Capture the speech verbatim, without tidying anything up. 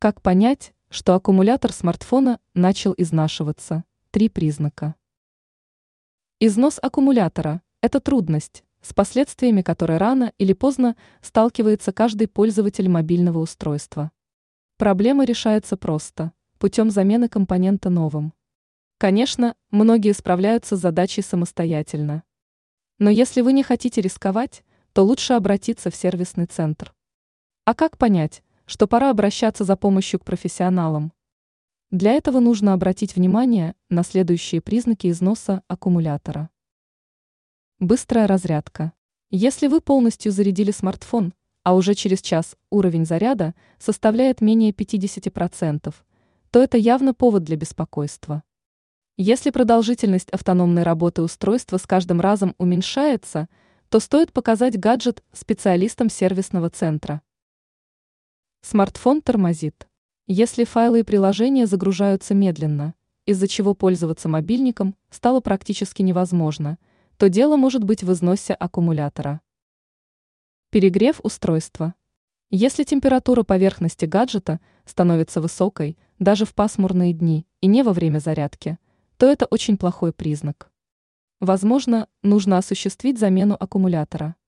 Как понять, что аккумулятор смартфона начал изнашиваться? Три признака. Износ аккумулятора– это трудность, с последствиями которой рано или поздно сталкивается каждый пользователь мобильного устройства. Проблема решается просто, путем замены компонента новым. Конечно, многие справляются с задачей самостоятельно. Но если вы не хотите рисковать, то лучше обратиться в сервисный центр. А как понять, что пора обращаться за помощью к профессионалам? Для этого нужно обратить внимание на следующие признаки износа аккумулятора. Быстрая разрядка. Если вы полностью зарядили смартфон, а уже через час уровень заряда составляет менее пятьдесят процентов, то это явно повод для беспокойства. Если продолжительность автономной работы устройства с каждым разом уменьшается, то стоит показать гаджет специалистам сервисного центра. Смартфон тормозит. Если файлы и приложения загружаются медленно, из-за чего пользоваться мобильником стало практически невозможно, то дело может быть в износе аккумулятора. Перегрев устройства. Если температура поверхности гаджета становится высокой даже в пасмурные дни и не во время зарядки, то это очень плохой признак. Возможно, нужно осуществить замену аккумулятора.